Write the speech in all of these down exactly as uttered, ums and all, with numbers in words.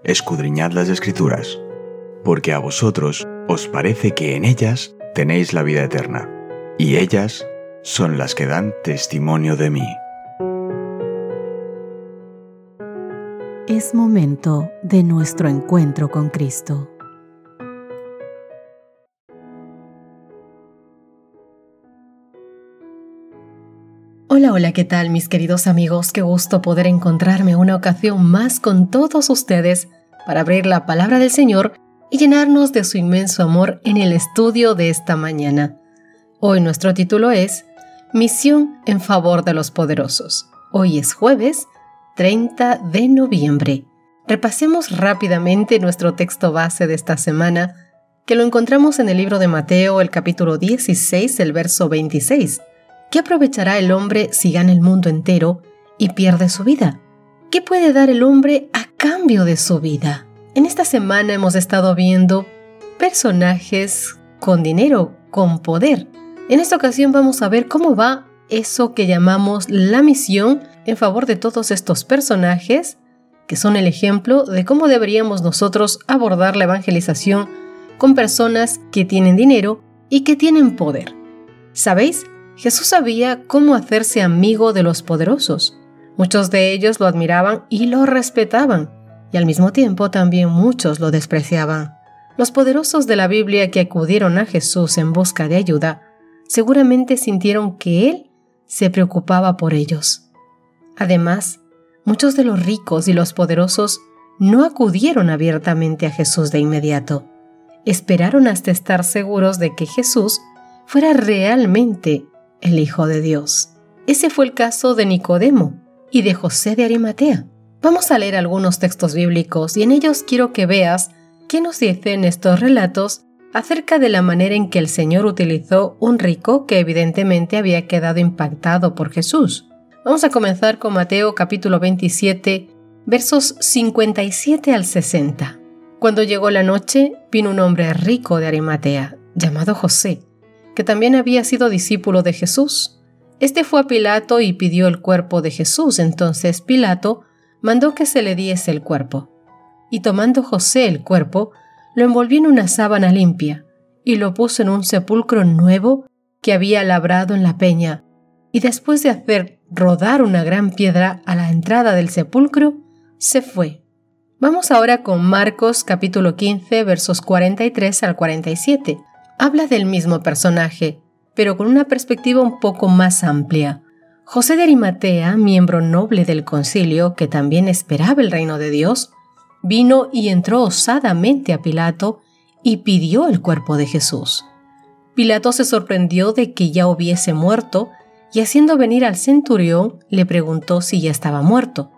escudriñad las Escrituras, porque a vosotros os parece que en ellas tenéis la vida eterna, y ellas son las que dan testimonio de mí. Es momento de nuestro encuentro con Cristo. Hola, hola, ¿qué tal mis queridos amigos? Qué gusto poder encontrarme una ocasión más con todos ustedes para abrir la palabra del Señor y llenarnos de su inmenso amor en el estudio de esta mañana. Hoy nuestro título es Misión en favor de los poderosos. Hoy es jueves treinta de noviembre. Repasemos rápidamente nuestro texto base de esta semana, que lo encontramos en el libro de Mateo, el capítulo dieciséis, el verso veintiséis. ¿Qué aprovechará el hombre si gana el mundo entero y pierde su vida? ¿Qué puede dar el hombre a cambio de su vida? En esta semana hemos estado viendo personajes con dinero, con poder. En esta ocasión vamos a ver cómo va eso que llamamos la misión en favor de todos estos personajes, que son el ejemplo de cómo deberíamos nosotros abordar la evangelización con personas que tienen dinero y que tienen poder. ¿Sabéis? Jesús sabía cómo hacerse amigo de los poderosos. Muchos de ellos lo admiraban y lo respetaban, y al mismo tiempo también muchos lo despreciaban. Los poderosos de la Biblia que acudieron a Jesús en busca de ayuda, seguramente sintieron que Él se preocupaba por ellos. Además, muchos de los ricos y los poderosos no acudieron abiertamente a Jesús de inmediato. Esperaron hasta estar seguros de que Jesús fuera realmente el Hijo de Dios. Ese fue el caso de Nicodemo y de José de Arimatea. Vamos a leer algunos textos bíblicos y en ellos quiero que veas qué nos dicen estos relatos acerca de la manera en que el Señor utilizó un rico que evidentemente había quedado impactado por Jesús. Vamos a comenzar con Mateo capítulo veintisiete, versos cincuenta y siete al sesenta. Cuando llegó la noche, vino un hombre rico de Arimatea, llamado José, que también había sido discípulo de Jesús. Este fue a Pilato y pidió el cuerpo de Jesús. Entonces Pilato mandó que se le diese el cuerpo. Y tomando José el cuerpo, lo envolvió en una sábana limpia y lo puso en un sepulcro nuevo que había labrado en la peña. Y después de hacer rodar una gran piedra a la entrada del sepulcro, se fue. Vamos ahora con Marcos capítulo quince, versos cuarenta y tres al cuarenta y siete. Habla del mismo personaje, pero con una perspectiva un poco más amplia. José de Arimatea, miembro noble del concilio que también esperaba el reino de Dios, vino y entró osadamente a Pilato y pidió el cuerpo de Jesús. Pilato se sorprendió de que ya hubiese muerto y haciendo venir al centurión le preguntó si ya estaba muerto.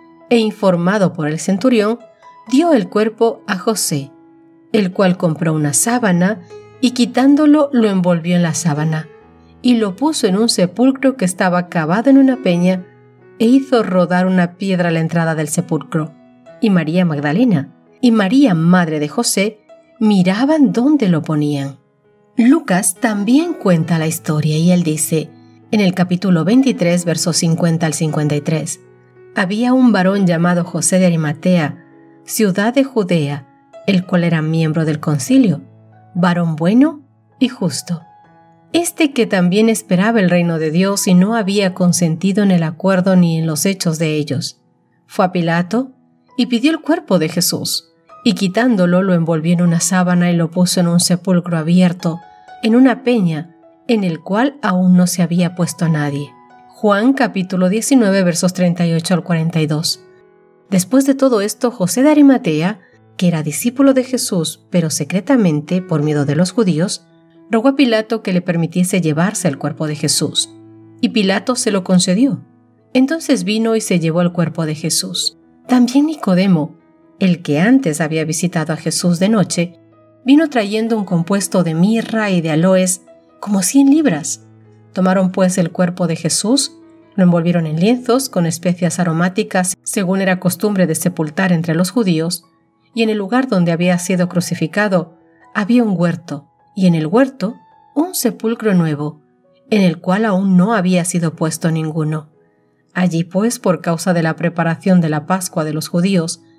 E informado por el centurión, dio el cuerpo a José, el cual compró una sábana y quitándolo lo envolvió en la sábana y lo puso en un sepulcro que estaba cavado en una peña e hizo rodar una piedra a la entrada del sepulcro. Y María Magdalena y María, madre de José, miraban dónde lo ponían. Lucas también cuenta la historia y él dice, en el capítulo veintitrés, versos cincuenta al cincuenta y tres, había un varón llamado José de Arimatea, ciudad de Judea, el cual era miembro del concilio, varón bueno y justo. Este que también esperaba el reino de Dios y no había consentido en el acuerdo ni en los hechos de ellos. Fue a Pilato y pidió el cuerpo de Jesús, y quitándolo lo envolvió en una sábana y lo puso en un sepulcro abierto, en una peña, en el cual aún no se había puesto nadie. Juan capítulo diecinueve, versos treinta y ocho al cuarenta y dos. Después de todo esto, José de Arimatea, que era discípulo de Jesús, pero secretamente, por miedo de los judíos, rogó a Pilato que le permitiese llevarse el cuerpo de Jesús. Y Pilato se lo concedió. Entonces vino y se llevó el cuerpo de Jesús. También Nicodemo, el que antes había visitado a Jesús de noche, vino trayendo un compuesto de mirra y de aloes, como cien libras. Tomaron pues el cuerpo de Jesús, lo envolvieron en lienzos con especias aromáticas, según era costumbre de sepultar entre los judíos, y en el lugar donde había sido crucificado había un huerto, y en el huerto un sepulcro nuevo, en el cual aún no había sido puesto ninguno. Allí pues, por causa de la preparación de la Pascua de los judíos,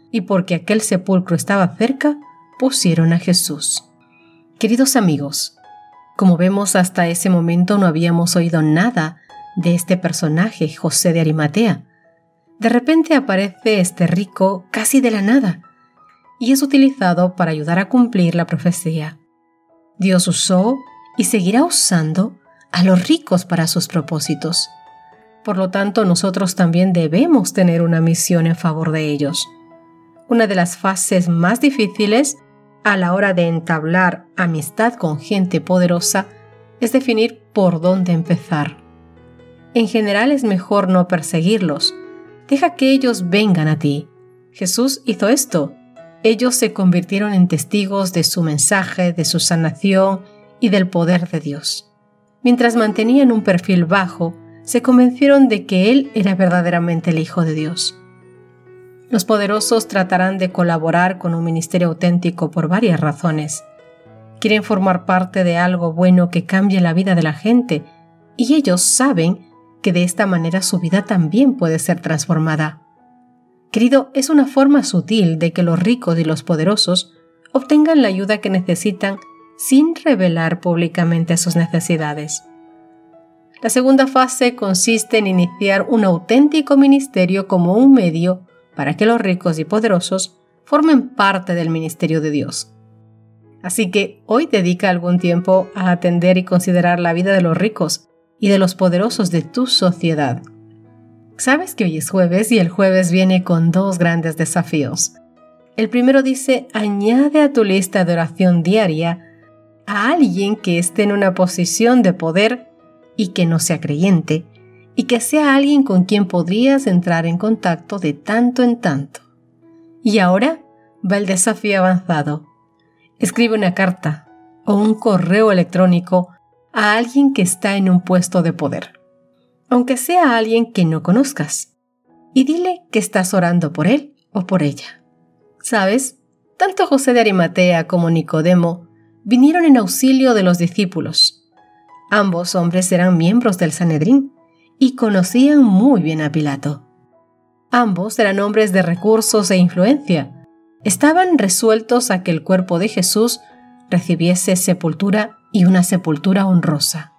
y porque aquel sepulcro estaba cerca, pusieron a Jesús. Queridos amigos, como vemos, hasta ese momento no habíamos oído nada de este personaje, José de Arimatea. De repente aparece este rico casi de la nada y es utilizado para ayudar a cumplir la profecía. Dios usó y seguirá usando a los ricos para sus propósitos. Por lo tanto, nosotros también debemos tener una misión en favor de ellos. Una de las fases más difíciles a la hora de entablar amistad con gente poderosa es definir por dónde empezar. En general es mejor no perseguirlos. Deja que ellos vengan a ti. Jesús hizo esto. Ellos se convirtieron en testigos de su mensaje, de su sanación y del poder de Dios. Mientras mantenían un perfil bajo, se convencieron de que Él era verdaderamente el Hijo de Dios. Los poderosos tratarán de colaborar con un ministerio auténtico por varias razones. Quieren formar parte de algo bueno que cambie la vida de la gente, y ellos saben que de esta manera su vida también puede ser transformada. Querido, es una forma sutil de que los ricos y los poderosos obtengan la ayuda que necesitan sin revelar públicamente sus necesidades. La segunda fase consiste en iniciar un auténtico ministerio como un medio para que los ricos y poderosos formen parte del ministerio de Dios. Así que hoy dedica algún tiempo a atender y considerar la vida de los ricos y de los poderosos de tu sociedad. Sabes que hoy es jueves y el jueves viene con dos grandes desafíos. El primero dice: añade a tu lista de oración diaria a alguien que esté en una posición de poder y que no sea creyente, y que sea alguien con quien podrías entrar en contacto de tanto en tanto. Y ahora va el desafío avanzado. Escribe una carta o un correo electrónico a alguien que está en un puesto de poder, aunque sea alguien que no conozcas, y dile que estás orando por él o por ella. ¿Sabes? Tanto José de Arimatea como Nicodemo vinieron en auxilio de los discípulos. Ambos hombres eran miembros del Sanedrín y conocían muy bien a Pilato. Ambos eran hombres de recursos e influencia. Estaban resueltos a que el cuerpo de Jesús recibiese sepultura y una sepultura honrosa.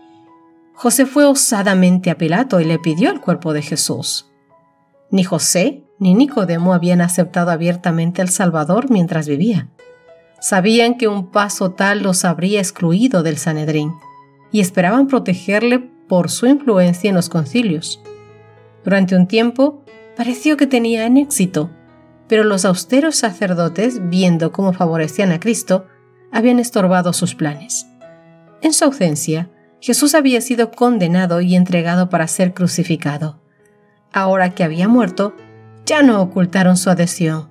José fue osadamente a Pilato y le pidió el cuerpo de Jesús. Ni José ni Nicodemo habían aceptado abiertamente al Salvador mientras vivía. Sabían que un paso tal los habría excluido del Sanedrín y esperaban protegerle por su influencia en los concilios. Durante un tiempo pareció que tenían éxito, pero los austeros sacerdotes, viendo cómo favorecían a Cristo, habían estorbado sus planes. En su ausencia, Jesús había sido condenado y entregado para ser crucificado. Ahora que había muerto, ya no ocultaron su adhesión.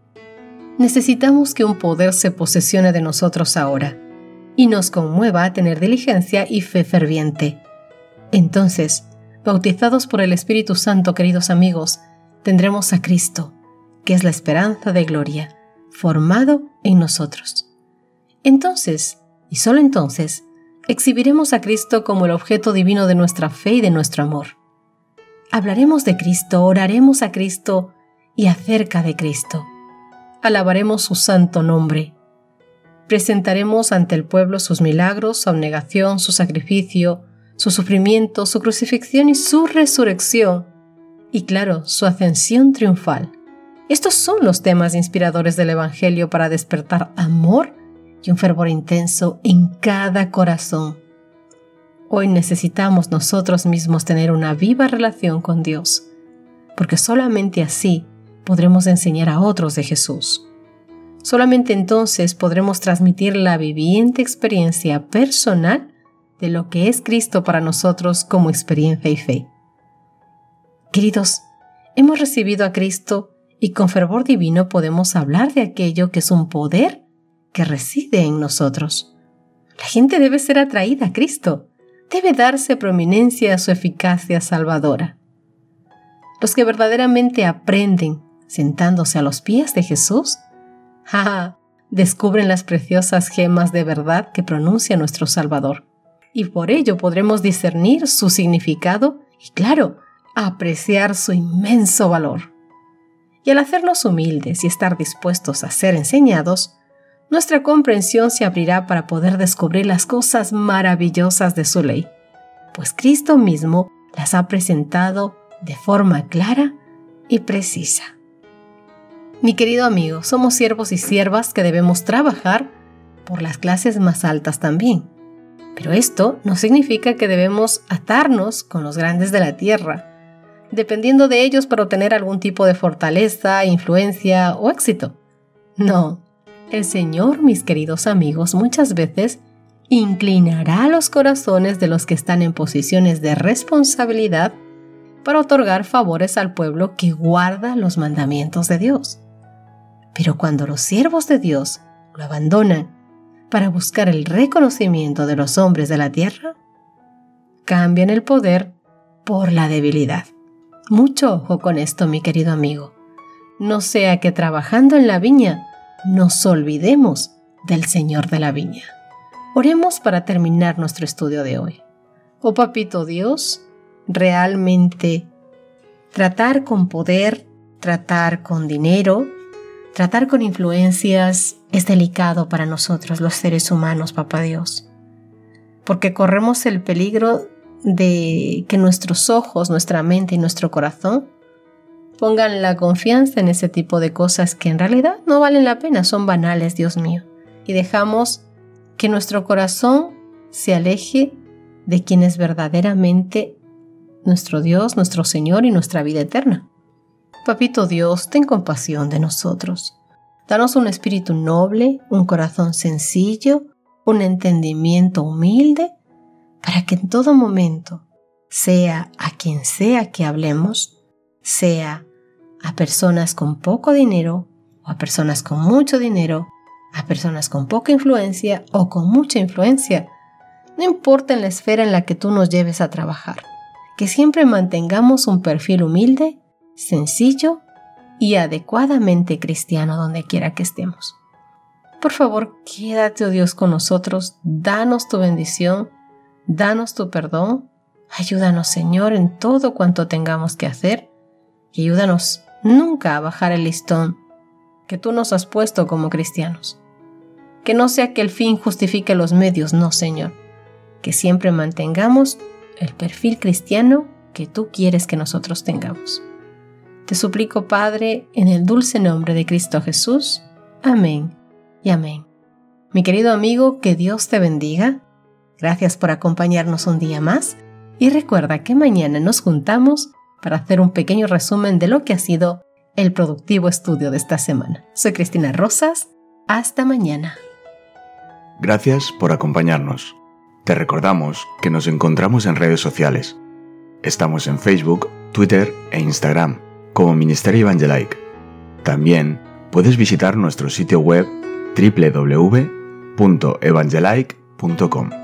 Necesitamos que un poder se posesione de nosotros ahora y nos conmueva a tener diligencia y fe ferviente. Entonces, bautizados por el Espíritu Santo, queridos amigos, tendremos a Cristo, que es la esperanza de gloria, formado en nosotros. Entonces, y solo entonces, exhibiremos a Cristo como el objeto divino de nuestra fe y de nuestro amor. Hablaremos de Cristo, oraremos a Cristo y acerca de Cristo. Alabaremos su santo nombre. Presentaremos ante el pueblo sus milagros, su abnegación, su sacrificio, su sufrimiento, su crucifixión y su resurrección. Y claro, su ascensión triunfal. Estos son los temas inspiradores del Evangelio para despertar amor y un fervor intenso en cada corazón. Hoy necesitamos nosotros mismos tener una viva relación con Dios, porque solamente así podremos enseñar a otros de Jesús. Solamente entonces podremos transmitir la viviente experiencia personal de lo que es Cristo para nosotros como experiencia y fe. Queridos, hemos recibido a Cristo y con fervor divino podemos hablar de aquello que es un poder que reside en nosotros. La gente debe ser atraída a Cristo, debe darse prominencia a su eficacia salvadora. Los que verdaderamente aprenden sentándose a los pies de Jesús, ¡ja! descubren las preciosas gemas de verdad que pronuncia nuestro Salvador. Y por ello podremos discernir su significado y, claro, apreciar su inmenso valor. Y al hacernos humildes y estar dispuestos a ser enseñados, nuestra comprensión se abrirá para poder descubrir las cosas maravillosas de su ley, pues Cristo mismo las ha presentado de forma clara y precisa. Mi querido amigo, somos siervos y siervas que debemos trabajar por las clases más altas también. Pero esto no significa que debemos atarnos con los grandes de la tierra, dependiendo de ellos para obtener algún tipo de fortaleza, influencia o éxito. No, el Señor, mis queridos amigos, muchas veces inclinará los corazones de los que están en posiciones de responsabilidad para otorgar favores al pueblo que guarda los mandamientos de Dios. Pero cuando los siervos de Dios lo abandonan para buscar el reconocimiento de los hombres de la tierra, cambian el poder por la debilidad. Mucho ojo con esto, mi querido amigo. No sea que trabajando en la viña nos olvidemos del Señor de la viña. Oremos para terminar nuestro estudio de hoy. Oh Papito Dios, realmente tratar con poder, tratar con dinero, tratar con influencias es delicado para nosotros los seres humanos, Papá Dios, porque corremos el peligro de que nuestros ojos, nuestra mente y nuestro corazón pongan la confianza en ese tipo de cosas que en realidad no valen la pena, son banales, Dios mío, y dejamos que nuestro corazón se aleje de quien es verdaderamente nuestro Dios, nuestro Señor y nuestra vida eterna. Papito Dios, ten compasión de nosotros. Danos un espíritu noble, un corazón sencillo, un entendimiento humilde, para que en todo momento, sea a quien sea que hablemos, sea a personas con poco dinero o a personas con mucho dinero, a personas con poca influencia o con mucha influencia, no importa en la esfera en la que tú nos lleves a trabajar, que siempre mantengamos un perfil humilde, sencillo y adecuadamente cristiano donde quiera que estemos. Por favor, quédate, oh Dios, con nosotros, danos tu bendición, danos tu perdón, ayúdanos, Señor, en todo cuanto tengamos que hacer y ayúdanos nunca a bajar el listón que tú nos has puesto como cristianos. Que no sea que el fin justifique los medios, no, Señor, que siempre mantengamos el perfil cristiano que tú quieres que nosotros tengamos. Te suplico, Padre, en el dulce nombre de Cristo Jesús. Amén y amén. Mi querido amigo, que Dios te bendiga. Gracias por acompañarnos un día más y recuerda que mañana nos juntamos para hacer un pequeño resumen de lo que ha sido el productivo estudio de esta semana. Soy Cristina Rosas. Hasta mañana. Gracias por acompañarnos. Te recordamos que nos encontramos en redes sociales. Estamos en Facebook, Twitter e Instagram como Ministerio Evangelike. También puedes visitar nuestro sitio web doble u doble u doble u punto evangelike punto com.